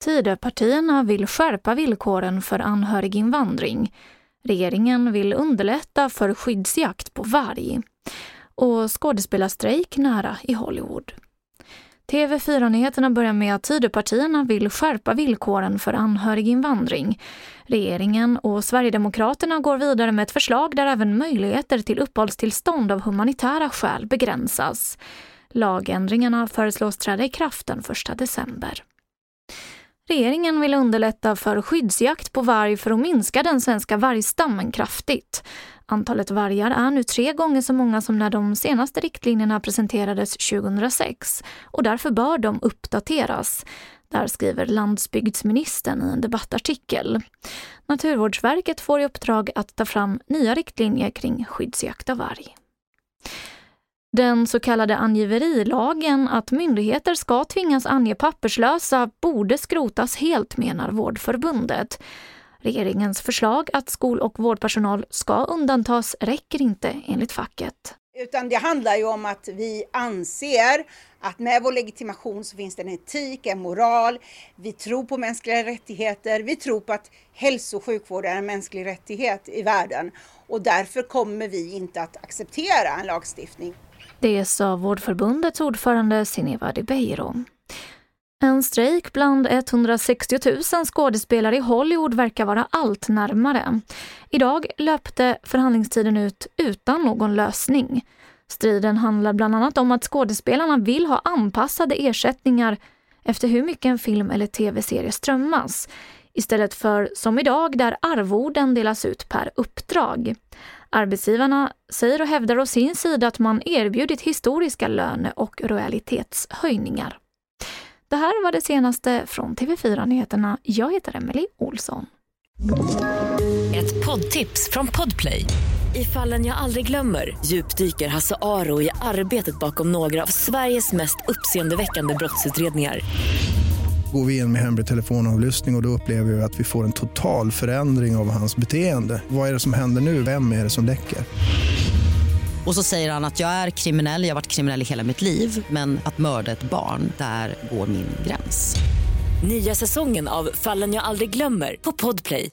Tidöpartierna vill skärpa villkoren för anhöriginvandring. Regeringen vill underlätta för skyddsjakt på varg. Och skådespelarstrejk nära i Hollywood. TV4-nyheterna börjar med att Tidöpartierna vill skärpa villkoren för anhöriginvandring. Regeringen och Sverigedemokraterna går vidare med ett förslag där även möjligheter till uppehållstillstånd av humanitära skäl begränsas. Lagändringarna föreslås träda i kraft den 1 december. Regeringen vill underlätta för skyddsjakt på varg för att minska den svenska vargstammen kraftigt. Antalet vargar är nu 3 gånger så många som när de senaste riktlinjerna presenterades 2006 och därför bör de uppdateras. Där skriver landsbygdsministern i en debattartikel. Naturvårdsverket får i uppdrag att ta fram nya riktlinjer kring skyddsjakt av varg. Den så kallade angiverilagen att myndigheter ska tvingas ange papperslösa borde skrotas helt, menar Vårdförbundet. Regeringens förslag att skol- och vårdpersonal ska undantas räcker inte enligt facket. Utan det handlar ju om att vi anser att med vår legitimation så finns det en etik, en moral. Vi tror på mänskliga rättigheter. Vi tror på att hälso- och sjukvård är en mänsklig rättighet i världen. Och därför kommer vi inte att acceptera en lagstiftning. Det sa Vårdförbundets ordförande Sineva de Beiro. En strejk bland 160 000 skådespelare i Hollywood verkar vara allt närmare. Idag löpte förhandlingstiden ut utan någon lösning. Striden handlar bland annat om att skådespelarna vill ha anpassade ersättningar efter hur mycket en film eller tv-serie strömmas. Istället för som idag där arvoden delas ut per uppdrag. Arbetsgivarna säger och hävdar å sin sida att man erbjudit historiska löne- och royalitetshöjningar. Det här var det senaste från TV4-nyheterna. Jag heter Emily Olsson. Ett poddtips från Podplay. I Fallen jag aldrig glömmer djupdyker Hasse Aro i arbetet bakom några av Sveriges mest uppseendeväckande brottsutredningar. Går vi in med hemlig telefonavlyssning och då upplever vi att vi får en total förändring av hans beteende. Vad är det som händer nu? Vem är det som läcker? Och så säger han att jag är kriminell, jag har varit kriminell i hela mitt liv. Men att mörda ett barn, där går min gräns. Nya säsongen av Fallen jag aldrig glömmer på Podplay.